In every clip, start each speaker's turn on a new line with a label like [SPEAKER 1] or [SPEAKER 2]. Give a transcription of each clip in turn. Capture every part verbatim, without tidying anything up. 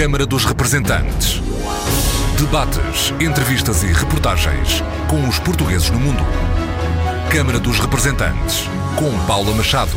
[SPEAKER 1] Câmara dos Representantes. Debates, entrevistas e reportagens com os portugueses no mundo. Câmara dos Representantes, com Paula Machado.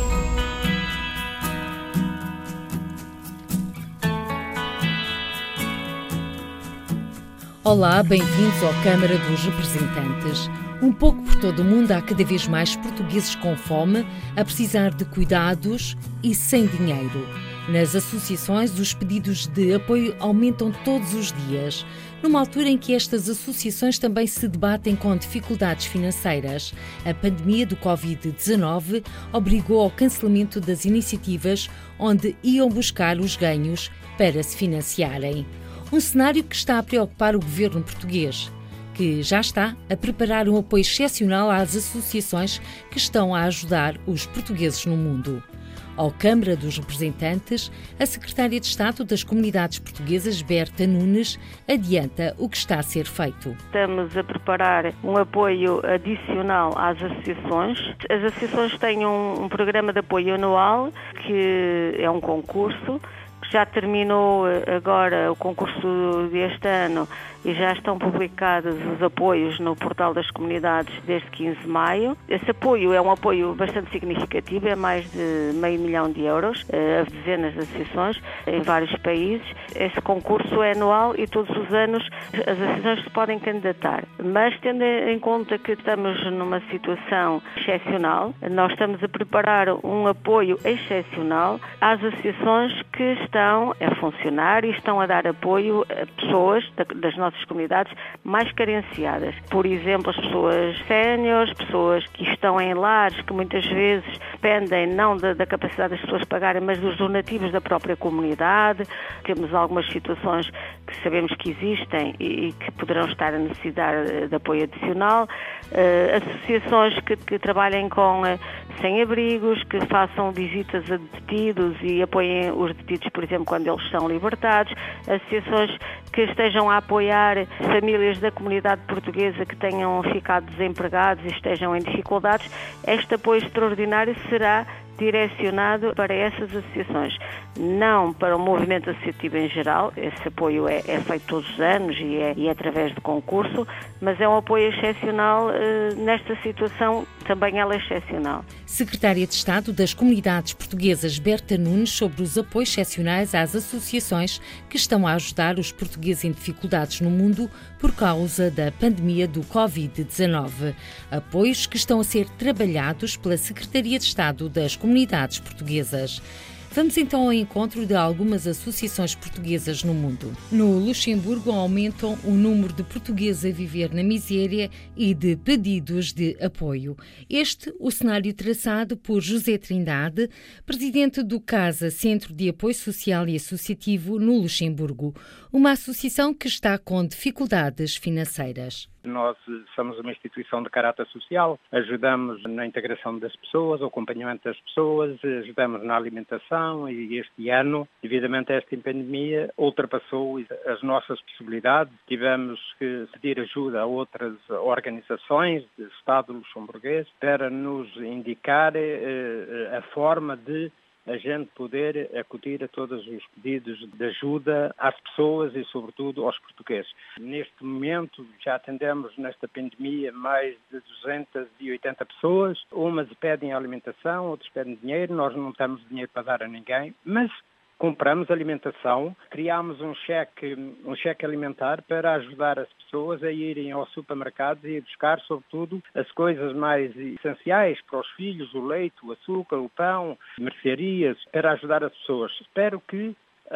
[SPEAKER 2] Olá, bem-vindos ao Câmara dos Representantes. Um pouco por todo o mundo há cada vez mais portugueses com fome, a precisar de cuidados e sem dinheiro. Nas associações, os pedidos de apoio aumentam todos os dias, numa altura em que estas associações também se debatem com dificuldades financeiras. A pandemia do covid dezanove obrigou ao cancelamento das iniciativas onde iam buscar os ganhos para se financiarem. Um cenário que está a preocupar o governo português, que já está a preparar um apoio excepcional às associações que estão a ajudar os portugueses no mundo. Ao Câmara dos Representantes, a Secretária de Estado das Comunidades Portuguesas, Berta Nunes, adianta o que está a ser feito.
[SPEAKER 3] Estamos a preparar um apoio adicional às associações. As associações têm um, um programa de apoio anual, que é um concurso, que já terminou agora o concurso deste ano e já estão publicados os apoios no portal das comunidades desde quinze de maio. Esse apoio é um apoio bastante significativo, é mais de meio milhão de euros a dezenas de associações em vários países. Esse concurso é anual e todos os anos as associações se podem candidatar. Mas tendo em conta que estamos numa situação excepcional, nós estamos a preparar um apoio excepcional às associações que estão a funcionar e estão a dar apoio a pessoas das nossas comunidades mais carenciadas. Por exemplo, as pessoas séniores, pessoas que estão em lares, que muitas vezes dependem não da, da capacidade das pessoas pagarem, mas dos donativos da própria comunidade. Temos algumas situações que sabemos que existem e, e que poderão estar a necessitar de apoio adicional. Uh, associações que, que trabalhem com uh, sem-abrigos, que façam visitas a detidos e apoiem os detidos, por exemplo, quando eles são libertados. Associações que estejam a apoiar famílias da comunidade portuguesa que tenham ficado desempregados e estejam em dificuldades. Este apoio extraordinário será direcionado para essas associações, não para o movimento associativo em geral. Esse apoio é, é feito todos os anos e é, e é através de concurso, mas é um apoio excepcional. Eh, nesta situação também ela é excepcional.
[SPEAKER 2] Secretária de Estado das Comunidades Portuguesas, Berta Nunes, sobre os apoios excepcionais às associações que estão a ajudar os portugueses em dificuldades no mundo por causa da pandemia do covid dezanove. Apoios que estão a ser trabalhados pela Secretaria de Estado das Comunidades Portuguesas. Vamos então ao encontro de algumas associações portuguesas no mundo. No Luxemburgo aumentam o número de portugueses a viver na miséria e de pedidos de apoio. Este o cenário traçado por José Trindade, presidente do CASA, Centro de Apoio Social e Associativo no Luxemburgo, uma associação que está com dificuldades financeiras.
[SPEAKER 4] Nós somos uma instituição de caráter social, ajudamos na integração das pessoas, o acompanhamento das pessoas, ajudamos na alimentação e este ano, devidamente a esta pandemia, ultrapassou as nossas possibilidades. Tivemos que pedir ajuda a outras organizações do Estado luxemburguês para nos indicar eh, a forma de a gente poder acudir a todos os pedidos de ajuda às pessoas e, sobretudo, aos portugueses. Neste momento, já atendemos nesta pandemia mais de duzentas e oitenta pessoas. Umas pedem alimentação, outras pedem dinheiro. Nós não temos dinheiro para dar a ninguém, mas compramos alimentação, criámos um cheque, um cheque alimentar para ajudar as pessoas a irem aos supermercados e a buscar, sobretudo, as coisas mais essenciais para os filhos, o leite, o açúcar, o pão, mercearias, para ajudar as pessoas. Espero que,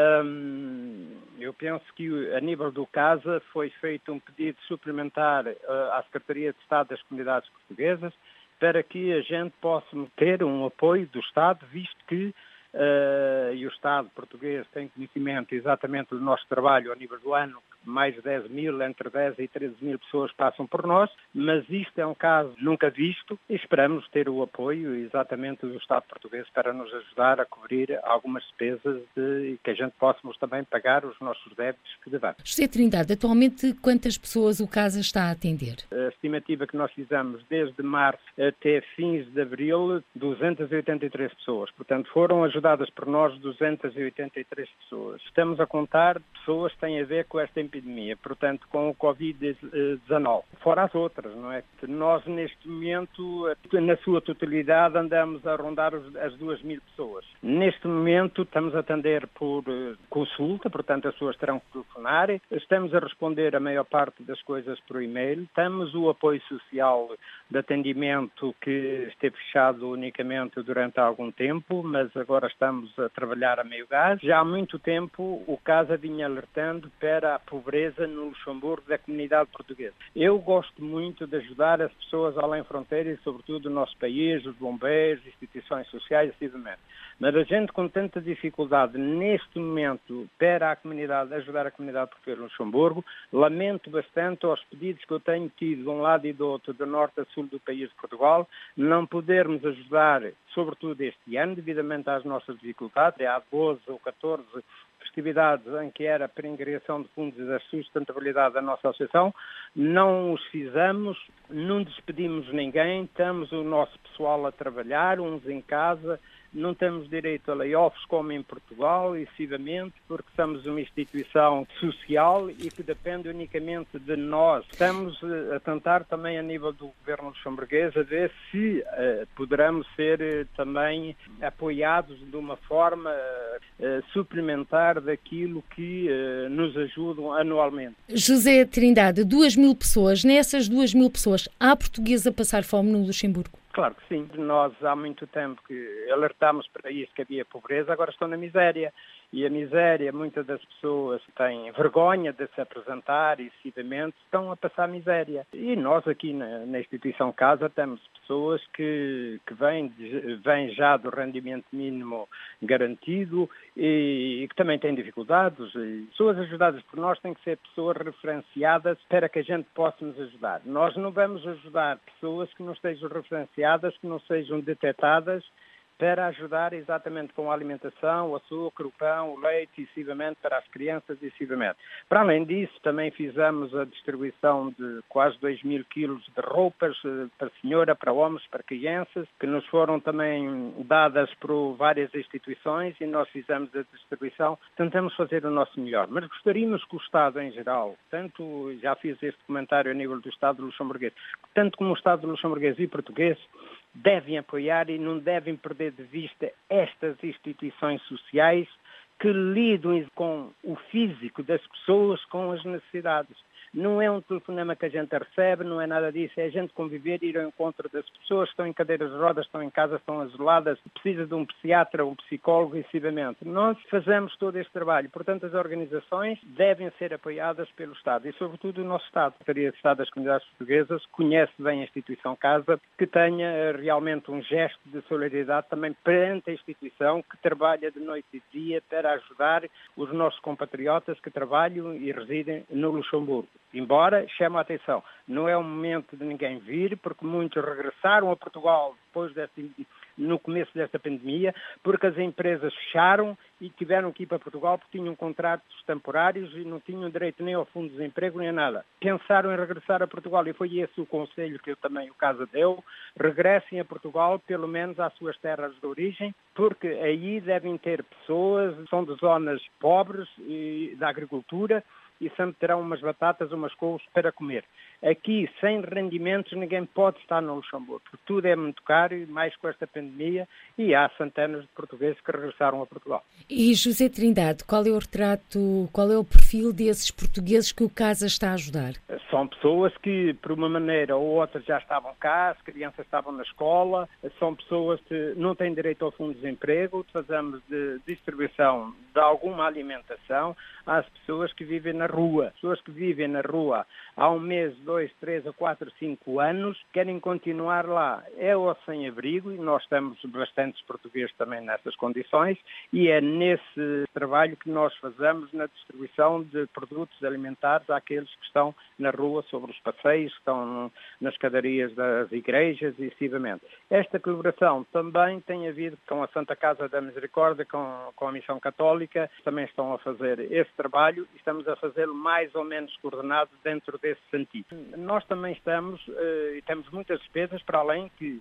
[SPEAKER 4] hum, eu penso que a nível do CASA foi feito um pedido suplementar uh, à Secretaria de Estado das Comunidades Portuguesas para que a gente possa ter um apoio do Estado, visto que Uh, e o Estado português tem conhecimento exatamente do nosso trabalho ao nível do ano, mais de dez mil, entre dez e treze mil pessoas passam por nós, mas isto é um caso nunca visto e esperamos ter o apoio exatamente do Estado português para nos ajudar a cobrir algumas despesas de, e que a gente possamos também pagar os nossos débitos que devemos.
[SPEAKER 2] José Trindade, atualmente quantas pessoas o CASA está a atender?
[SPEAKER 4] A estimativa que nós fizemos desde março até fins de abril, duzentas e oitenta e três pessoas. Portanto, foram ajudadas ajudadas por nós duzentas e oitenta e três pessoas. Estamos a contar pessoas que têm a ver com esta epidemia, portanto, com o covid dezanove. Fora as outras, não é? Nós, neste momento, na sua totalidade, andamos a rondar as duas mil pessoas. Neste momento, estamos a atender por consulta, portanto, as pessoas terão que telefonar. Estamos a responder a maior parte das coisas por e-mail. Temos o apoio social de atendimento que esteve fechado unicamente durante algum tempo, mas agora estamos a trabalhar a meio gás. Já há muito tempo o CASA vinha alertando para a pobreza no Luxemburgo da comunidade portuguesa. Eu gosto muito de ajudar as pessoas além fronteiras e sobretudo o nosso país, os bombeiros, instituições sociais, ativamente. Mas a gente com tanta dificuldade neste momento para a comunidade, ajudar a comunidade portuguesa no Luxemburgo, lamento bastante aos pedidos que eu tenho tido de um lado e do outro, do norte a sul do país de Portugal, não podermos ajudar, sobretudo este ano, devidamente às nossas dificuldades. Há doze ou catorze festividades em que era para ingregação de fundos e da sustentabilidade da nossa associação, não os fizemos, não despedimos ninguém, estamos o nosso pessoal a trabalhar, uns em casa, não temos direito a layoffs como em Portugal, excessivamente, porque somos uma instituição social e que depende unicamente de nós. Estamos a tentar também a nível do governo luxemburguês a ver se uh, poderemos ser uh, também apoiados de uma forma uh, suplementar daquilo que uh, nos ajudam anualmente.
[SPEAKER 2] José Trindade, duas mil pessoas, nessas duas mil pessoas, há portugueses a passar fome no Luxemburgo?
[SPEAKER 4] Claro que sim. Nós há muito tempo que alertámos para isso, que havia pobreza, agora estão na miséria. E a miséria, muitas das pessoas têm vergonha de se apresentar e, excessivamente, estão a passar miséria. E nós aqui na, na instituição Casa temos pessoas que, que vêm, vêm já do rendimento mínimo garantido e, e que também têm dificuldades. E pessoas ajudadas por nós têm que ser pessoas referenciadas para que a gente possa nos ajudar. Nós não vamos ajudar pessoas que não estejam referenciadas, que não sejam detectadas, para ajudar exatamente com a alimentação, o açúcar, o pão, o leite, excessivamente para as crianças, excessivamente. Para além disso, também fizemos a distribuição de quase dois mil quilos de roupas para senhora, para homens, para crianças, que nos foram também dadas por várias instituições e nós fizemos a distribuição. Tentamos fazer o nosso melhor, mas gostaríamos que o Estado em geral, tanto, já fiz este comentário a nível do Estado luxemburguês, tanto como o Estado luxemburguês e português, devem apoiar e não devem perder de vista estas instituições sociais que lidam com o físico das pessoas, com as necessidades. Não é um telefonema que a gente recebe, não é nada disso, é a gente conviver, ir ao encontro das pessoas que estão em cadeiras de rodas, estão em casa, estão isoladas, precisa de um psiquiatra, um psicólogo, excessivamente. Nós fazemos todo este trabalho, portanto as organizações devem ser apoiadas pelo Estado e sobretudo o nosso Estado. A Secretaria de Estado das Comunidades Portuguesas conhece bem a instituição Casa, que tenha realmente um gesto de solidariedade também perante a instituição que trabalha de noite e dia para ajudar os nossos compatriotas que trabalham e residem no Luxemburgo. Embora, chamo a atenção, não é o momento de ninguém vir, porque muitos regressaram a Portugal depois deste, no começo desta pandemia, porque as empresas fecharam e tiveram que ir para Portugal porque tinham contratos temporários e não tinham direito nem ao fundo de desemprego nem a nada. Pensaram em regressar a Portugal e foi esse o conselho que eu também o Casa deu. Regressem a Portugal, pelo menos às suas terras de origem, porque aí devem ter pessoas, são de zonas pobres e da agricultura, e sempre terão umas batatas, umas couves para comer. Aqui, sem rendimentos, ninguém pode estar no Luxemburgo, porque tudo é muito caro, e mais com esta pandemia, e há centenas de portugueses que regressaram a Portugal.
[SPEAKER 2] E José Trindade, qual é o retrato, qual é o perfil desses portugueses que o Casa está a ajudar?
[SPEAKER 4] São pessoas que, por uma maneira ou outra, já estavam cá, as crianças estavam na escola, são pessoas que não têm direito ao fundo de desemprego, fazemos de distribuição de alguma alimentação às pessoas que vivem na rua. Pessoas que vivem na rua há um mês, dois, três, quatro, cinco anos, querem continuar lá. É o sem-abrigo, e nós temos bastantes portugueses também nessas condições, e é nesse trabalho que nós fazemos na distribuição de produtos alimentares àqueles que estão na rua, sobre os passeios, que estão nas escadarias das igrejas e excessivamente. Esta colaboração também tem havido com a Santa Casa da Misericórdia, com, com a Missão Católica, também estão a fazer esse trabalho e estamos a fazê-lo mais ou menos coordenado dentro desse sentido. Nós também estamos, e temos muitas despesas, para além que isto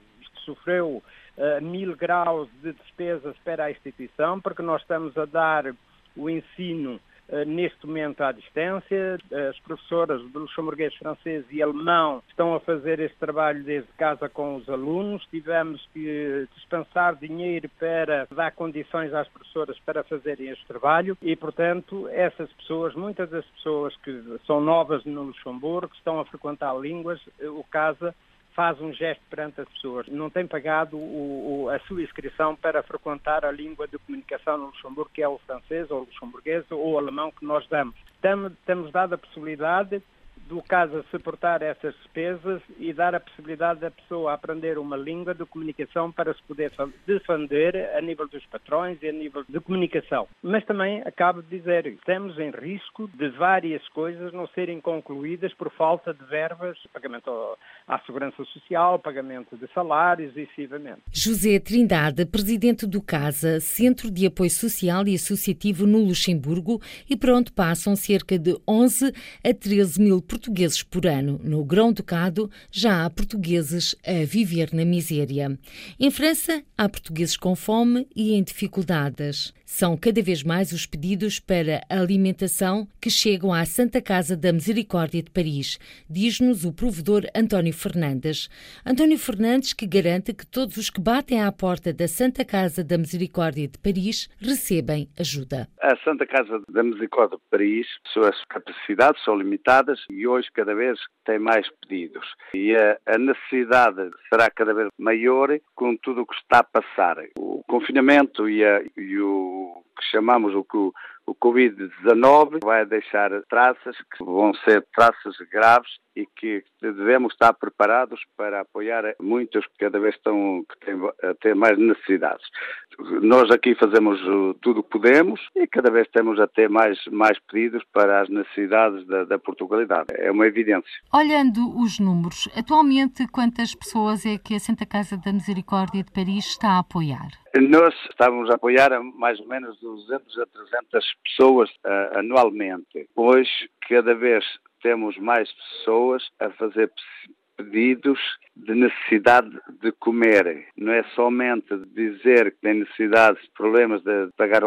[SPEAKER 4] sofreu uh, mil graus de despesas para a instituição, porque nós estamos a dar o ensino uh, neste momento à distância. As professoras de luxemburguês, francês e alemão estão a fazer este trabalho desde casa com os alunos. Tivemos que dispensar dinheiro para dar condições às professoras para fazerem este trabalho e, portanto, essas pessoas, muitas das pessoas que são novas no Luxemburgo, estão a frequentar línguas, o CASA faz um gesto perante as pessoas. Não tem pagado o, o, a sua inscrição para frequentar a língua de comunicação no Luxemburgo, que é o francês, ou o luxemburguês, ou o alemão que nós damos. Temos, temos dado a possibilidade do CASA suportar essas despesas e dar a possibilidade da pessoa aprender uma língua de comunicação para se poder defender a nível dos patrões e a nível de comunicação. Mas também, acabo de dizer, estamos em risco de várias coisas não serem concluídas por falta de verbas, pagamento à segurança social, pagamento de salários e sucessivamente.
[SPEAKER 2] José Trindade, presidente do CASA, Centro de Apoio Social e Associativo no Luxemburgo, e por onde passam cerca de onze a treze mil portugueses por ano. No Grão-Ducado já há portugueses a viver na miséria. Em França, há portugueses com fome e em dificuldades. São cada vez mais os pedidos para alimentação que chegam à Santa Casa da Misericórdia de Paris, diz-nos o provedor António Fernandes. António Fernandes, que garante que todos os que batem à porta da Santa Casa da Misericórdia de Paris recebem ajuda.
[SPEAKER 5] A Santa Casa da Misericórdia de Paris, suas capacidades são limitadas e hoje cada vez tem mais pedidos. E a, a necessidade será cada vez maior com tudo o que está a passar. O confinamento e, a, e o que chamamos o que o covid dezanove vai deixar traças que vão ser traças graves e que devemos estar preparados para apoiar muitos que cada vez estão que têm, a ter mais necessidades. Nós aqui fazemos tudo o que podemos e cada vez temos a ter mais, mais pedidos para as necessidades da, da Portugalidade. É uma evidência.
[SPEAKER 2] Olhando os números, atualmente quantas pessoas é que a Santa Casa da Misericórdia de Paris está a apoiar?
[SPEAKER 5] Nós estamos a apoiar mais ou menos duzentas a trezentas pessoas uh, anualmente. Hoje, cada vez temos mais pessoas a fazer pedidos de necessidade de comer. Não é somente dizer que tem necessidades, problemas de pagar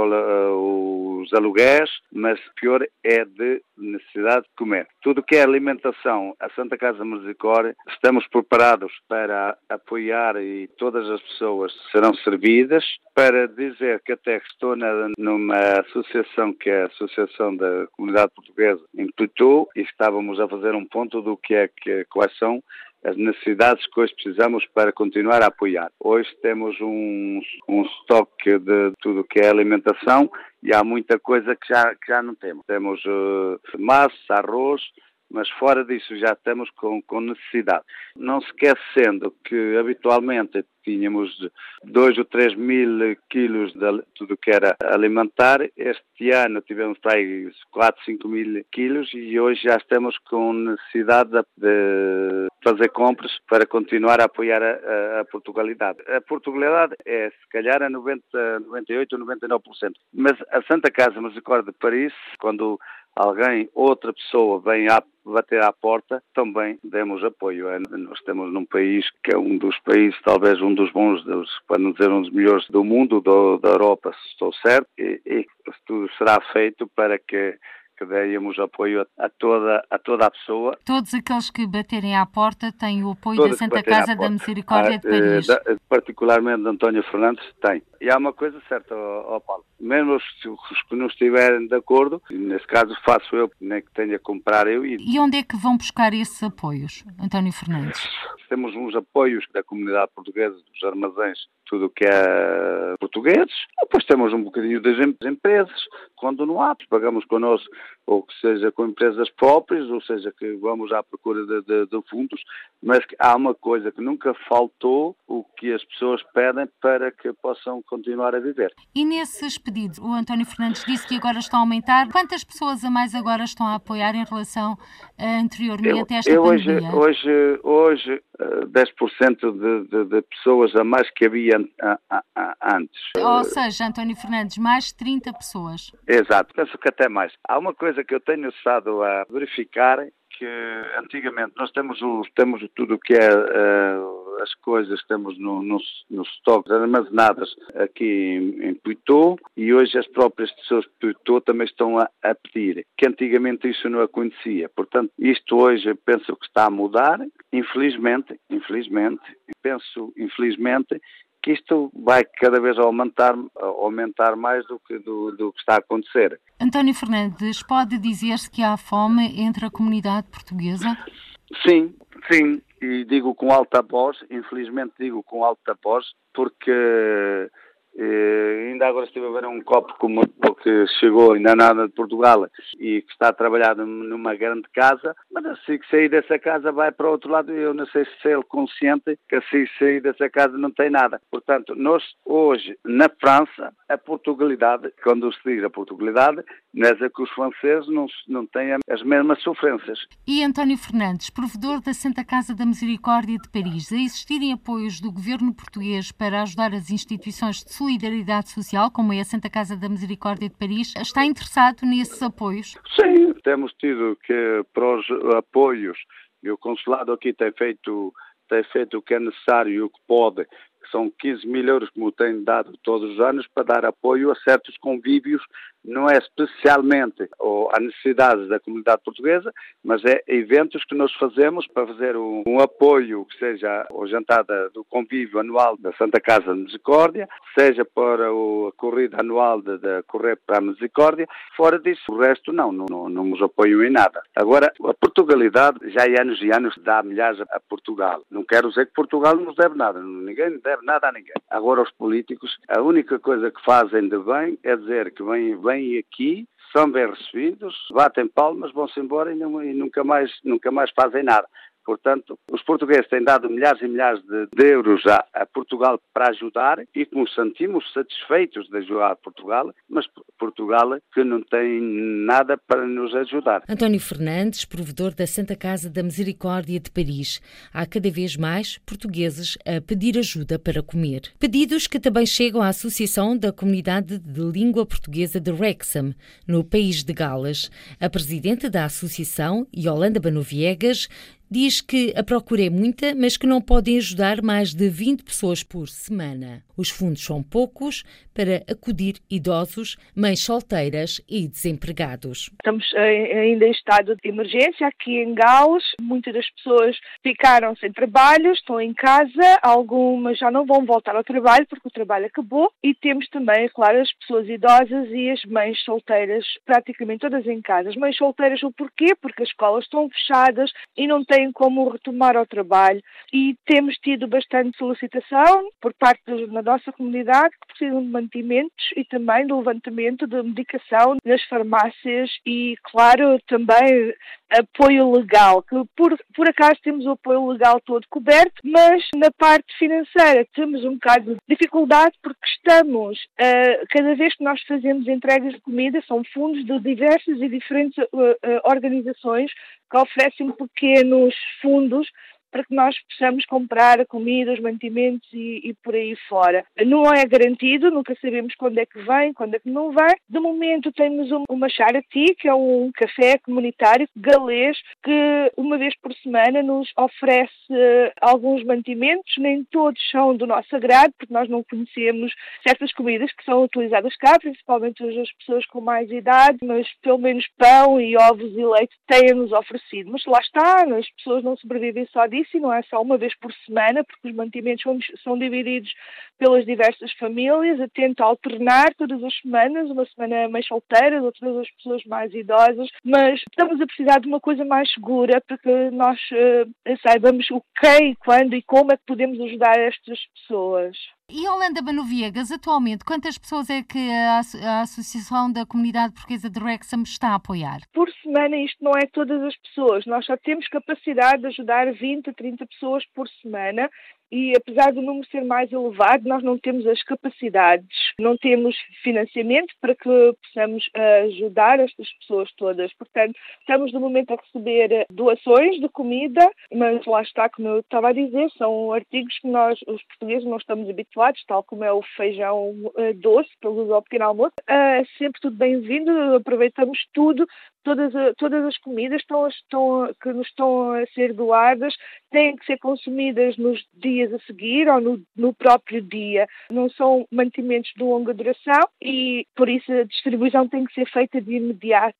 [SPEAKER 5] o, os aluguéis, mas pior é de necessidade de comer. Tudo que é alimentação, a Santa Casa Misericórdia, estamos preparados para apoiar e todas as pessoas serão servidas. Para dizer que até estou na, numa associação que é a Associação da Comunidade Portuguesa implementou e estávamos a fazer um ponto do que é que quais são as necessidades que hoje precisamos para continuar a apoiar. Hoje temos um, um estoque de tudo que é alimentação e há muita coisa que já, que já não temos. Temos uh, massa, arroz, mas fora disso já estamos com, com necessidade. Não se esquecendo que habitualmente tínhamos dois ou três mil quilos de tudo que era alimentar. Este ano tivemos para aí quatro, cinco mil quilos e hoje já estamos com necessidade de fazer compras para continuar a apoiar a, a, a Portugalidade. A Portugalidade é se calhar a noventa, noventa e oito ou noventa e nove por cento. Mas a Santa Casa Misericórdia de Paris, quando alguém, outra pessoa vem a bater à porta, também demos apoio. Nós estamos num país que é um dos países, talvez um dos bons, dos, para não dizer um dos melhores do mundo, do, da Europa, se estou certo, e, e tudo será feito para que que demos apoio a, a, toda, a toda a pessoa.
[SPEAKER 2] Todos aqueles que baterem à porta têm o apoio Todos da Santa Casa da Misericórdia ah, de Paris.
[SPEAKER 5] Da, particularmente de António Fernandes, tem. E há uma coisa certa, ó, ó Paulo, mesmo os, os que não estiverem de acordo, nesse caso faço eu, nem que tenha que comprar eu. E...
[SPEAKER 2] e onde é que vão buscar esses apoios, António Fernandes?
[SPEAKER 5] Temos uns apoios da comunidade portuguesa, dos armazéns, tudo o que é portugueses. Depois temos um bocadinho das empresas, quando não há, pagamos connosco, ou que seja com empresas próprias, ou seja que vamos à procura de, de, de fundos, mas que há uma coisa que nunca faltou, o que as pessoas pedem para que possam continuar a viver.
[SPEAKER 2] E nesses pedidos, o António Fernandes disse que agora estão a aumentar. Quantas pessoas a mais agora estão a apoiar em relação a anteriormente a esta
[SPEAKER 5] eu
[SPEAKER 2] pandemia?
[SPEAKER 5] Hoje, hoje, hoje dez por cento de, de, de pessoas a mais que havia a, a, a, antes.
[SPEAKER 2] Ou seja, António Fernandes, mais de trinta pessoas.
[SPEAKER 5] Exato, penso que até mais. Há uma coisa que eu tenho estado a verificar, que antigamente nós temos, o, temos tudo o que é uh, as coisas que temos no, no, nos estoques armazenadas aqui em, em Poitou, e hoje as próprias pessoas de Poitou também estão a, a pedir, que antigamente isso não acontecia. Portanto, isto hoje eu penso que está a mudar, infelizmente, infelizmente, penso infelizmente, que isto vai cada vez aumentar, aumentar mais do que, do, do que está a acontecer.
[SPEAKER 2] António Fernandes, pode dizer-se que há fome entre a comunidade portuguesa?
[SPEAKER 5] Sim, sim, e digo com alta voz, infelizmente digo com alta voz, porque eh, ainda agora estive a ver um copo como que chegou ainda nada de Portugal e que está a trabalhar numa grande casa, mas assim que sair dessa casa vai para o outro lado, e eu não sei se é ele consciente que assim que sair dessa casa não tem nada. Portanto, nós hoje, na França, a Portugalidade, quando se diz a Portugalidade, não é que os franceses não, não têm as mesmas sofrências.
[SPEAKER 2] E António Fernandes, provedor da Santa Casa da Misericórdia de Paris, a existirem apoios do governo português para ajudar as instituições de solidariedade social, como é a Santa Casa da Misericórdia de Paris, está interessado nesses apoios?
[SPEAKER 5] Sim, temos tido que para os apoios, e o consulado aqui tem feito, tem feito o que é necessário e o que pode, que são quinze mil euros, como tem dado todos os anos, para dar apoio a certos convívios, não é especialmente a necessidades da comunidade portuguesa, mas é eventos que nós fazemos para fazer um, um apoio, que seja o jantar da, do convívio anual da Santa Casa da Misericórdia, seja para o, a corrida anual de, de Correr para a Misericórdia. Fora disso, o resto não, não, não, não nos apoiam em nada. Agora, a Portugalidade já há anos e anos dá milhares a Portugal. Não quero dizer que Portugal não nos deve nada, ninguém deve nada a ninguém. Agora, os políticos, a única coisa que fazem de bem é dizer que vêm, vêm aqui, são bem recebidos, batem palmas, vão-se embora e, não, e nunca mais, nunca mais fazem nada. Portanto, os portugueses têm dado milhares e milhares de, de euros a, a Portugal para ajudar, e que nos sentimos satisfeitos de ajudar a Portugal, mas Portugal que não tem nada para nos ajudar.
[SPEAKER 2] António Fernandes, provedor da Santa Casa da Misericórdia de Paris. Há cada vez mais portugueses a pedir ajuda para comer. Pedidos que também chegam à Associação da Comunidade de Língua Portuguesa de Wrexham, no país de Gales. A presidente da associação, Yolanda Banoviegas, diz que a procura é muita, mas que não podem ajudar mais de vinte pessoas por semana. Os fundos são poucos para acudir idosos, mães solteiras e desempregados.
[SPEAKER 6] Estamos ainda em estado de emergência aqui em Gales. Muitas das pessoas ficaram sem trabalho, estão em casa, algumas já não vão voltar ao trabalho porque o trabalho acabou, e temos também, claro, as pessoas idosas e as mães solteiras, praticamente todas em casa. As mães solteiras, o porquê? Porque as escolas estão fechadas e não têm como retomar ao trabalho, e temos tido bastante solicitação por parte da nossa comunidade que precisam de mantimentos e também do levantamento de medicação nas farmácias e, claro, também apoio legal, que por, por acaso temos o apoio legal todo coberto, mas na parte financeira temos um bocado de dificuldade porque estamos, uh, cada vez que nós fazemos entregas de comida, são fundos de diversas e diferentes uh, uh, organizações que oferecem pequenos fundos para que nós possamos comprar comida, os mantimentos e, e por aí fora. Não é garantido, nunca sabemos quando é que vem, quando é que não vem. De momento temos um, uma charity, que é um café comunitário galês, que uma vez por semana nos oferece uh, alguns mantimentos. Nem todos são do nosso agrado, porque nós não conhecemos certas comidas que são utilizadas cá, principalmente as pessoas com mais idade, mas pelo menos pão e ovos e leite têm-nos oferecido. Mas lá está, as pessoas não sobrevivem só disso, e não é só uma vez por semana, porque os mantimentos são, são divididos pelas diversas famílias. Eu tento alternar todas as semanas, uma semana mais solteiras, outras as pessoas mais idosas, mas estamos a precisar de uma coisa mais segura para que nós uh, saibamos o que, quando e como é que podemos ajudar estas pessoas.
[SPEAKER 2] E Yolanda Banoviegas, atualmente, quantas pessoas é que a, a Associação da Comunidade Portuguesa de Wrexham está a apoiar?
[SPEAKER 6] Por semana isto não é todas as pessoas. Nós só temos capacidade de ajudar vinte a trinta pessoas por semana. E apesar do número ser mais elevado, nós não temos as capacidades, não temos financiamento para que possamos ajudar estas pessoas todas. Portanto, estamos no momento a receber doações de comida, mas lá está, como eu estava a dizer, são artigos que nós, os portugueses, não estamos habituados, tal como é o feijão doce, para uso ao pequeno almoço. É sempre tudo bem-vindo, aproveitamos tudo todas, todas as comidas estão, estão, que nos estão a ser doadas têm que ser consumidas nos dias a seguir ou no, no próprio dia. Não são mantimentos de longa duração e, por isso, a distribuição tem que ser feita de imediato.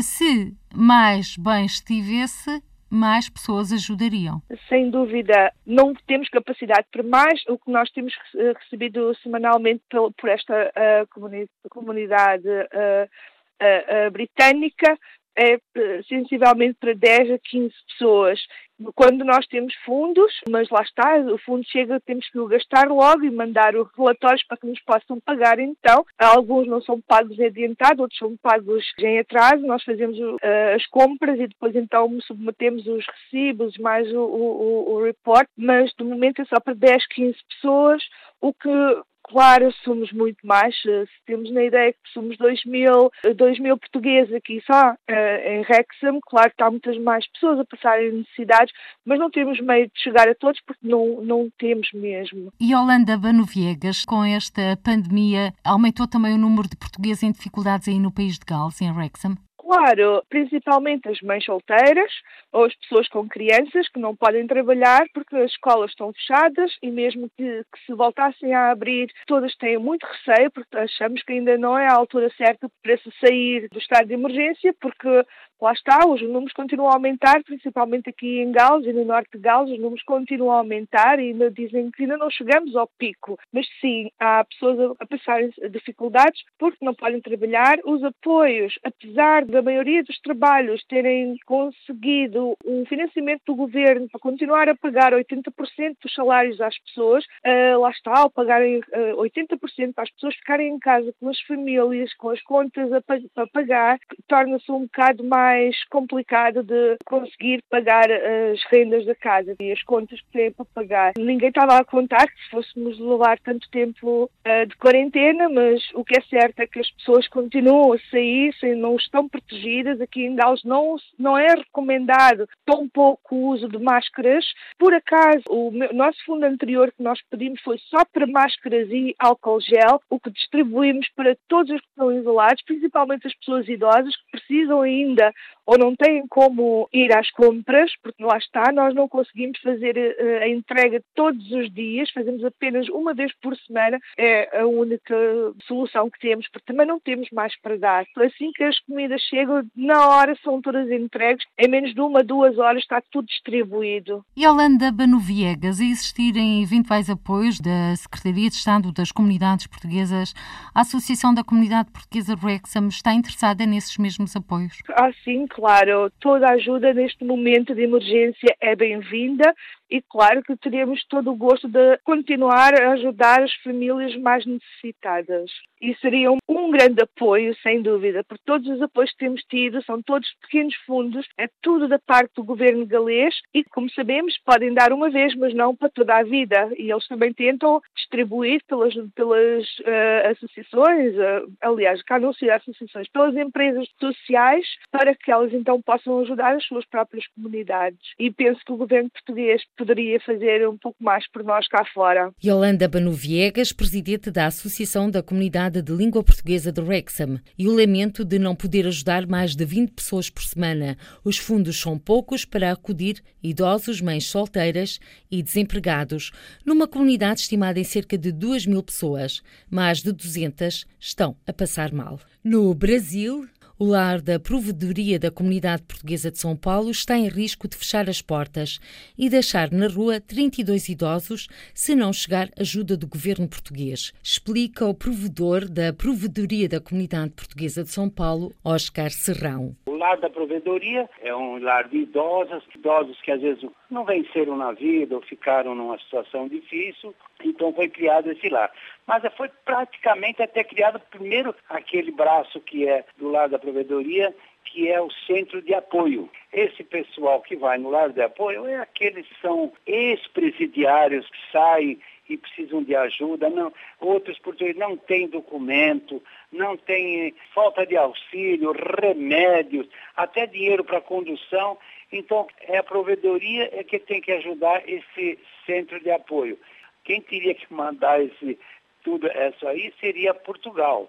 [SPEAKER 2] Se mais bens estivesse, mais pessoas ajudariam.
[SPEAKER 6] Sem dúvida, não temos capacidade para mais. O que nós temos recebido semanalmente por esta uh, comuni- comunidade uh, uh, uh, britânica é sensivelmente para dez a quinze pessoas. Quando nós temos fundos, mas lá está, o fundo chega, temos que o gastar logo e mandar os relatórios para que nos possam pagar então. Alguns não são pagos em adiantado, outros são pagos em atraso. Nós fazemos uh, as compras e depois então submetemos os recibos mais o, o, o report, mas de momento é só para dez, quinze pessoas, o que... Claro, somos muito mais, se temos na ideia que somos dois mil, dois mil portugueses aqui só uh, em Wrexham, claro que há muitas mais pessoas a passarem necessidades, mas não temos meio de chegar a todos porque não, não temos mesmo.
[SPEAKER 2] E Yolanda Banoviegas, com esta pandemia, aumentou também o número de portugueses em dificuldades aí no país de Gales, em Wrexham?
[SPEAKER 6] Claro, principalmente as mães solteiras ou as pessoas com crianças que não podem trabalhar porque as escolas estão fechadas e mesmo que, que se voltassem a abrir, todas têm muito receio porque achamos que ainda não é a altura certa para se sair do estado de emergência porque lá está, os números continuam a aumentar, principalmente aqui em Gales e no norte de Gales, os números continuam a aumentar e ainda dizem que ainda não chegamos ao pico. Mas sim, há pessoas a passarem dificuldades porque não podem trabalhar. Os apoios, apesar da maioria dos trabalhos terem conseguido um financiamento do governo para continuar a pagar oitenta por cento dos salários às pessoas, uh, lá está, ao pagarem uh, oitenta por cento para as pessoas ficarem em casa com as famílias, com as contas a, a pagar, torna-se um bocado mais mais complicado de conseguir pagar as rendas da casa e as contas que têm para pagar. Ninguém estava a contar que se fôssemos levar tanto tempo uh, de quarentena, mas o que é certo é que as pessoas continuam a sair, não estão protegidas. Aqui em Gales não, não é recomendado tão pouco o uso de máscaras. Por acaso, o meu, nosso fundo anterior que nós pedimos foi só para máscaras e álcool gel, o que distribuímos para todos os que estão isolados, principalmente as pessoas idosas que precisam ainda ou não têm como ir às compras, porque lá está, nós não conseguimos fazer uh, a entrega todos os dias, fazemos apenas uma vez por semana, é a única solução que temos, porque também não temos mais para dar. Assim que as comidas chegam, na hora são todas entregues, em menos de uma, duas horas está tudo distribuído.
[SPEAKER 2] E Yolanda Banoviegas, a existirem eventuais apoios da Secretaria de Estado das Comunidades Portuguesas, a Associação da Comunidade Portuguesa de Wrexham está interessada nesses mesmos apoios?
[SPEAKER 6] Ah, sim, claro. Toda a ajuda neste momento de emergência é bem-vinda e claro que teremos todo o gosto de continuar a ajudar as famílias mais necessitadas. E seria um, um grande apoio, sem dúvida, porque todos os apoios que temos tido são todos pequenos fundos, é tudo da parte do governo galês e, como sabemos, podem dar uma vez, mas não para toda a vida. E eles também tentam distribuir pelas, pelas uh, associações, uh, aliás, cá não se associações, pelas empresas sociais, para que elas então possam ajudar as suas próprias comunidades. E penso que o governo português poderia fazer um pouco mais por nós cá fora.
[SPEAKER 2] Yolanda Banoviegas, presidente da Associação da Comunidade de Língua Portuguesa de Wrexham, e o lamento de não poder ajudar mais de vinte pessoas por semana. Os fundos são poucos para acudir idosos, mães solteiras e desempregados, numa comunidade estimada em cerca de duas mil pessoas. Mais de duzentas estão a passar mal. No Brasil, o lar da Provedoria da Comunidade Portuguesa de São Paulo está em risco de fechar as portas e deixar na rua trinta e dois idosos se não chegar ajuda do governo português, explica o provedor da Provedoria da Comunidade Portuguesa de São Paulo, Oscar Serrão.
[SPEAKER 7] O lar da Provedoria é um lar de idosos, idosos que às vezes não venceram na vida ou ficaram numa situação difícil, então foi criado esse lar. Mas foi praticamente até criado primeiro aquele braço que é do lar da Provedoria, que é o centro de apoio. Esse pessoal que vai no lar de apoio é aqueles que são ex-presidiários que saem e precisam de ajuda, não, outros portugueses não têm documento, não têm falta de auxílio, remédios, até dinheiro para condução. Então, é a Provedoria é que tem que ajudar esse centro de apoio. Quem teria que mandar esse, tudo isso aí seria Portugal.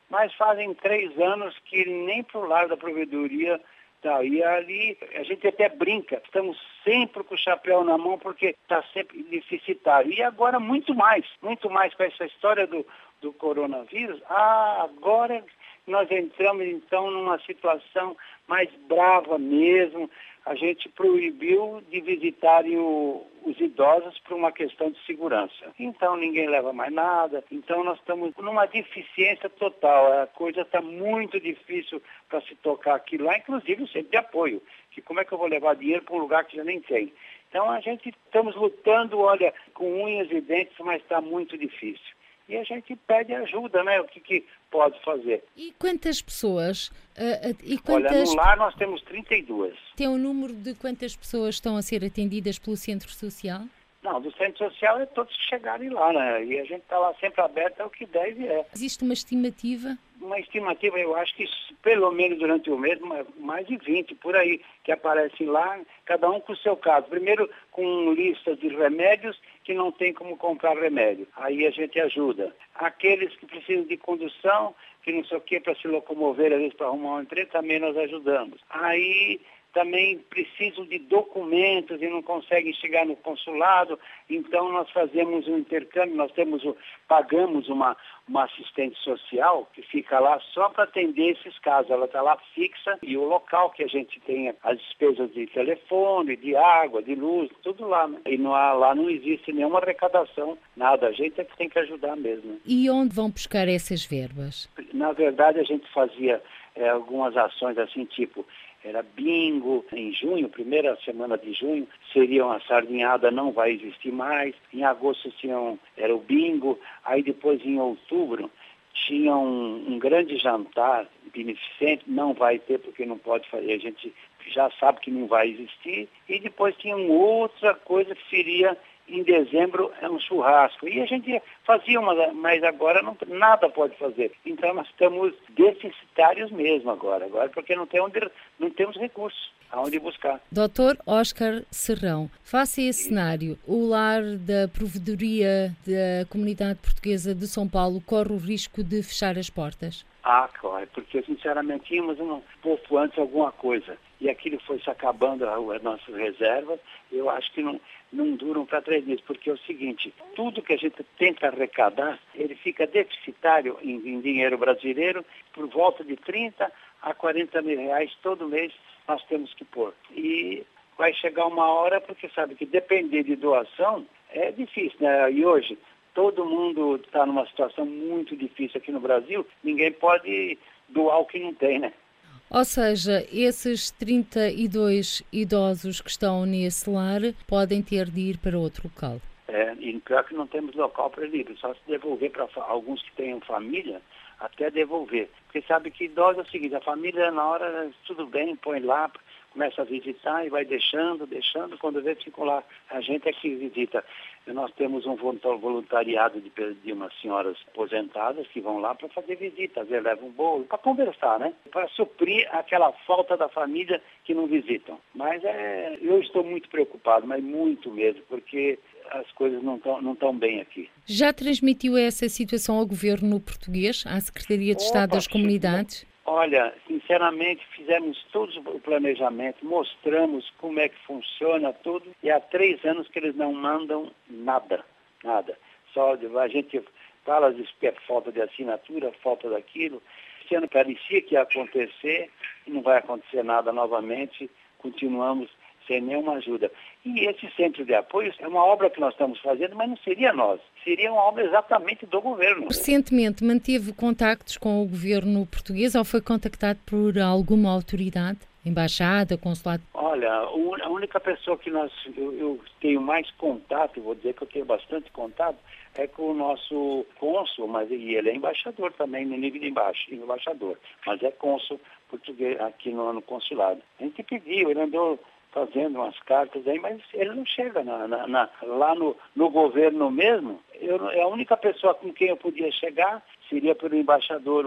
[SPEAKER 7] mas fazem três anos que nem para o lado da provedoria tá. E ali a gente até brinca, estamos sempre com o chapéu na mão porque está sempre deficitário. E agora muito mais, muito mais com essa história do, do coronavírus. Ah, agora nós entramos então numa situação mais brava mesmo. A gente proibiu de visitarem o, os idosos por uma questão de segurança. Então ninguém leva mais nada. Então nós estamos numa deficiência total. A coisa está muito difícil para se tocar aqui lá, inclusive o centro de apoio. Que como é que eu vou levar dinheiro para um lugar que já nem tem? Então a gente estamos lutando, olha, com unhas e dentes, mas está muito difícil. E a gente pede ajuda, né? O que, que pode fazer.
[SPEAKER 2] E quantas pessoas? Uh, uh, e quantas...
[SPEAKER 7] Olha, no lar nós temos trinta e duas.
[SPEAKER 2] Tem um número de quantas pessoas estão a ser atendidas pelo Centro Social?
[SPEAKER 7] Não, do Centro Social é todos que chegarem lá, né? E a gente está lá sempre aberto ao que deve é.
[SPEAKER 2] Existe uma estimativa?
[SPEAKER 7] Uma estimativa, eu acho que pelo menos durante o mês, mais de vinte por aí, que aparecem lá, cada um com o seu caso. Primeiro com listas de remédios que não tem como comprar remédio. Aí a gente ajuda. Aqueles que precisam de condução, que não sei o que, para se locomover, às vezes para arrumar um emprego, também nós ajudamos. Aí também precisam de documentos e não conseguem chegar no consulado, então nós fazemos um intercâmbio, nós temos o, pagamos uma, uma assistente social que fica lá só para atender esses casos, ela está lá fixa e o local que a gente tem as despesas de telefone, de água, de luz, tudo lá, né? E não há, lá não existe nenhuma arrecadação, nada, a gente é que tem que ajudar mesmo.
[SPEAKER 2] E onde vão buscar essas verbas?
[SPEAKER 7] Na verdade a gente fazia é, algumas ações assim, tipo, era bingo, em junho, primeira semana de junho, seria uma sardinhada, não vai existir mais. Em agosto tinham, era o bingo, aí depois em outubro tinha um, um grande jantar beneficente, não vai ter porque não pode fazer, a gente já sabe que não vai existir. E depois tinha uma outra coisa que seria em dezembro, é um churrasco. E a gente fazia uma, mas agora não, nada pode fazer. Então nós estamos deficitários mesmo agora, agora porque não, tem onde, não temos recursos aonde buscar.
[SPEAKER 2] doutor Oscar Serrão, face a esse cenário, o lar da Provedoria da Comunidade Portuguesa de São Paulo corre o risco de fechar as portas?
[SPEAKER 7] Ah, claro, porque sinceramente tínhamos um pouco antes alguma coisa e aquilo foi se acabando as nossas reservas, eu acho que não, não duram para três meses, porque é o seguinte, tudo que a gente tenta arrecadar, ele fica deficitário em, em dinheiro brasileiro por volta de trinta a quarenta mil reais todo mês nós temos que pôr. E vai chegar uma hora, porque sabe que depender de doação é difícil, né? E hoje todo mundo está numa situação muito difícil aqui no Brasil, ninguém pode doar o que não tem, né?
[SPEAKER 2] Ou seja, esses trinta e dois idosos que estão nesse lar podem ter de ir para outro local.
[SPEAKER 7] É, e pior que não temos local para ir, só se devolver para alguns que tenham família, até devolver. Porque sabe que idoso é o seguinte, a família na hora, tudo bem, põe lá, começa a visitar e vai deixando, deixando, quando vê, ficam lá. A gente é que visita. Nós temos um voluntariado de, de umas senhoras aposentadas que vão lá para fazer visita, às vezes levam um bolo, para conversar, né? Para suprir aquela falta da família que não visitam. Mas é, eu estou muito preocupado, mas muito mesmo, porque as coisas não estão não estão bem aqui.
[SPEAKER 2] Já transmitiu essa situação ao governo português, à Secretaria de Estado
[SPEAKER 7] Opa,
[SPEAKER 2] das Comunidades?
[SPEAKER 7] Olha, sinceramente, fizemos todo o planejamento, mostramos como é que funciona tudo e há três anos que eles não mandam nada, nada. Só a gente fala disso que é falta de assinatura, falta daquilo. Esse ano parecia que ia acontecer e não vai acontecer nada novamente, continuamos sem nenhuma ajuda. E esse centro de apoio é uma obra que nós estamos fazendo, mas não seria nós, seria uma obra exatamente do governo.
[SPEAKER 2] Recentemente manteve contactos com o governo português ou foi contactado por alguma autoridade? Embaixada, consulado?
[SPEAKER 7] Olha, a única pessoa que nós, eu, eu tenho mais contato, vou dizer que eu tenho bastante contato, é com o nosso cônsul, mas e ele é embaixador também, no nível de embaixo, embaixador, mas é cônsul português aqui no, no consulado. A gente pediu, ele andou fazendo umas cartas aí, mas ele não chega na, na, na, lá no, no governo mesmo. Eu, a única pessoa com quem eu podia chegar seria pelo embaixador, o,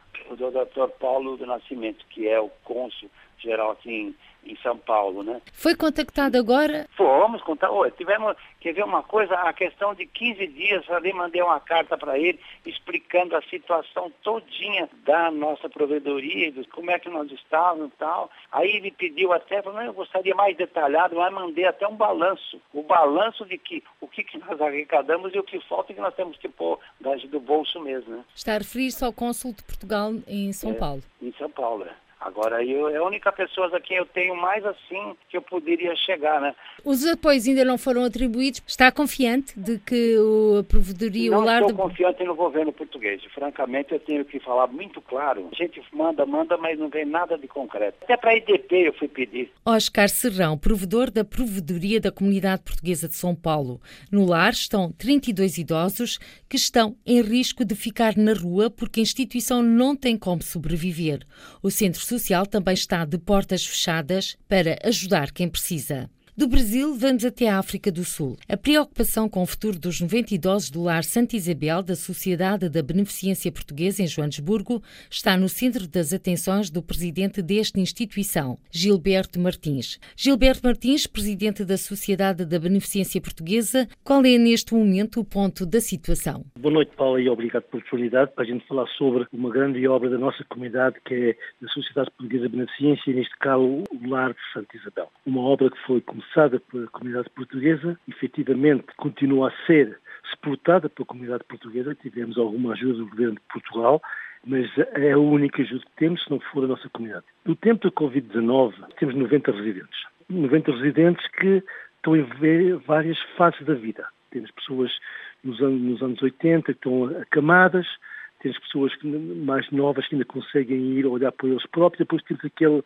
[SPEAKER 7] o doutor Paulo do Nascimento, que é o cônsul geral aqui em, em São Paulo, né?
[SPEAKER 2] Foi contactado agora?
[SPEAKER 7] Fomos contar. Oh, tivemos, quer ver uma coisa, a questão de quinze dias, ali mandei uma carta para ele explicando a situação todinha da nossa provedoria, de como é que nós estávamos e tal. Aí ele pediu até, falou, eu gostaria mais detalhado, mas mandei até um balanço. O balanço de que, o que, que nós arrecadamos e o que falta que nós temos que pôr do bolso mesmo, né?
[SPEAKER 2] Está a referir-se ao cônsul de Portugal em São
[SPEAKER 7] é,
[SPEAKER 2] Paulo.
[SPEAKER 7] Em São Paulo, é. Agora, eu, é a única pessoa a quem eu tenho mais assim que eu poderia chegar, né?
[SPEAKER 2] Os apoios ainda não foram atribuídos. Está confiante de que a provedoria...
[SPEAKER 7] Não
[SPEAKER 2] o lar
[SPEAKER 7] estou
[SPEAKER 2] de...
[SPEAKER 7] confiante no governo português. Francamente, eu tenho que falar muito claro. A gente manda, manda, mas não vem nada de concreto. Até para a I D P eu fui pedir.
[SPEAKER 2] Oscar Serrão, provedor da Provedoria da Comunidade Portuguesa de São Paulo. No lar estão trinta e dois idosos que estão em risco de ficar na rua porque a instituição não tem como sobreviver. O Centro Social também está de portas fechadas para ajudar quem precisa. Do Brasil, vamos até a África do Sul. A preocupação com o futuro dos noventa idosos do lar Santa Isabel da Sociedade da Beneficência Portuguesa em Joanesburgo está no centro das atenções do presidente desta instituição, Gilberto Martins. Gilberto Martins, presidente da Sociedade da Beneficência Portuguesa, qual é neste momento o ponto da situação?
[SPEAKER 8] Boa noite, Paula, e obrigado pela oportunidade para a gente falar sobre uma grande obra da nossa comunidade, que é da Sociedade Portuguesa da Beneficência, e neste caso o lar de Santa Isabel. Uma obra que foi começada pela comunidade portuguesa, efetivamente continua a ser suportada pela comunidade portuguesa. Tivemos alguma ajuda do governo de Portugal, mas é a única ajuda que temos, se não for a nossa comunidade. No tempo da covid dezanove, temos noventa residentes. noventa residentes que estão em várias fases da vida. Temos pessoas nos anos, nos anos oitenta que estão acamadas, temos pessoas mais novas que ainda conseguem ir olhar para eles próprios, depois temos aquele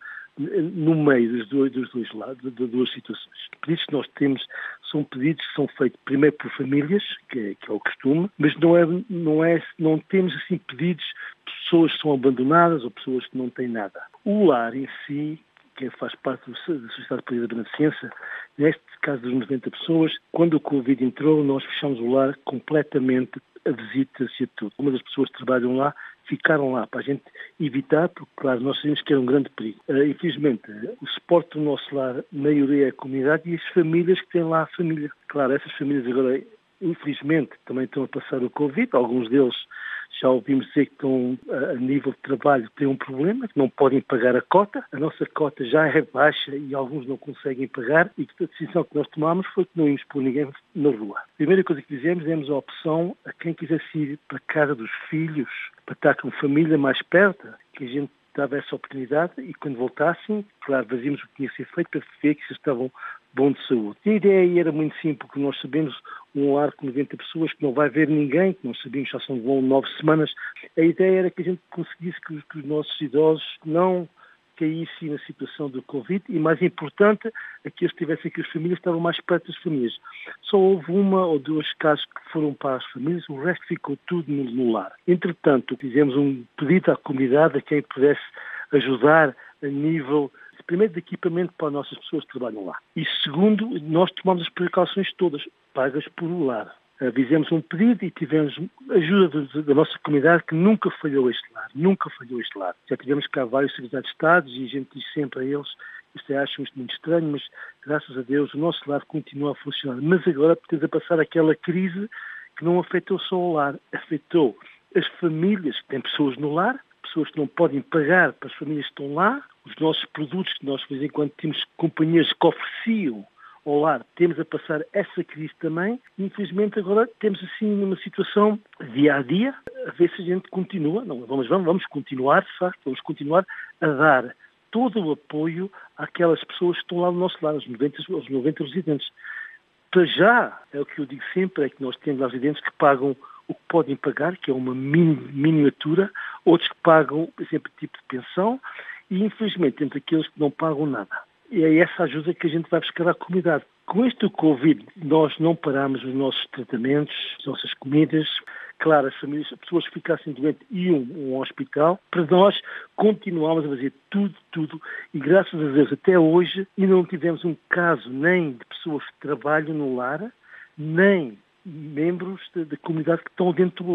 [SPEAKER 8] no meio dos dois, dos dois lados, das duas situações. Os pedidos que nós temos são pedidos que são feitos primeiro por famílias, que é, que é o costume, mas não, é, não, é, não temos assim pedidos de pessoas que são abandonadas ou pessoas que não têm nada. O lar em si, que faz parte da Sociedade Portuguesa da Beneficência, neste caso das noventa pessoas, quando o Covid entrou, nós fechamos o lar completamente a visitas e a tudo. Uma das pessoas que trabalham lá ficaram lá para a gente evitar, porque, claro, nós sabemos que era um grande perigo. Uh, infelizmente, o suporte do nosso lar, a maioria é a comunidade e as famílias que têm lá a família. Claro, essas famílias agora, infelizmente, também estão a passar o Covid. Alguns deles já ouvimos dizer que estão, a nível de trabalho, têm um problema, que não podem pagar a cota. A nossa cota já é baixa e alguns não conseguem pagar, e a decisão que nós tomámos foi que não íamos pôr ninguém na rua. A primeira coisa que fizemos, demos a opção a quem quisesse ir para a casa dos filhos, para estar com família mais perto, que a gente dava essa oportunidade, e quando voltassem, claro, fazíamos o que tinha que ser feito para ver que eles estavam bom de saúde. E a ideia aí era muito simples, porque nós sabemos um lar com noventa pessoas que não vai ver ninguém, que nós sabíamos já são nove semanas. A ideia era que a gente conseguisse que os, que os nossos idosos não caíssem na situação do Covid e, mais importante, é que eles tivessem que as famílias estavam mais perto das famílias. Só houve uma ou dois casos que foram para as famílias, o resto ficou tudo no, no lar. Entretanto, fizemos um pedido à comunidade a quem pudesse ajudar a nível, primeiro, de equipamento para as nossas pessoas que trabalham lá. E segundo, nós tomamos as precauções todas, pagas por o lar. Fizemos um pedido e tivemos ajuda da nossa comunidade, que nunca falhou este lar, nunca falhou este lar. Já tivemos cá vários secretários de Estado e a gente diz sempre a eles, isto acham isto muito estranho, mas graças a Deus o nosso lar continua a funcionar. Mas agora pretende passar aquela crise que não afetou só o lar, afetou as famílias que têm pessoas no lar, pessoas que não podem pagar para as famílias que estão lá, os nossos produtos que nós, de vez em quando, temos companhias que ofereciam ao lar, temos a passar essa crise também, e infelizmente agora temos assim uma situação dia a dia, a ver se a gente continua, não, vamos, vamos, vamos continuar, de facto, vamos continuar a dar todo o apoio àquelas pessoas que estão lá no nosso lar, aos noventa, aos noventa residentes. Para já, é o que eu digo sempre, é que nós temos lá residentes que pagam o que podem pagar, que é uma mini, miniatura, outros que pagam, por exemplo, tipo de pensão, e infelizmente temos aqueles que não pagam nada. E é essa ajuda que a gente vai buscar à comunidade. Com este Covid, nós não paramos os nossos tratamentos, as nossas comidas. Claro, as famílias, as pessoas que ficassem doentes iam a um hospital. Para nós, continuámos a fazer tudo, tudo. E graças a Deus, até hoje, ainda não tivemos um caso nem de pessoas que trabalham no lar, nem membros da comunidade que estão dentro do lar.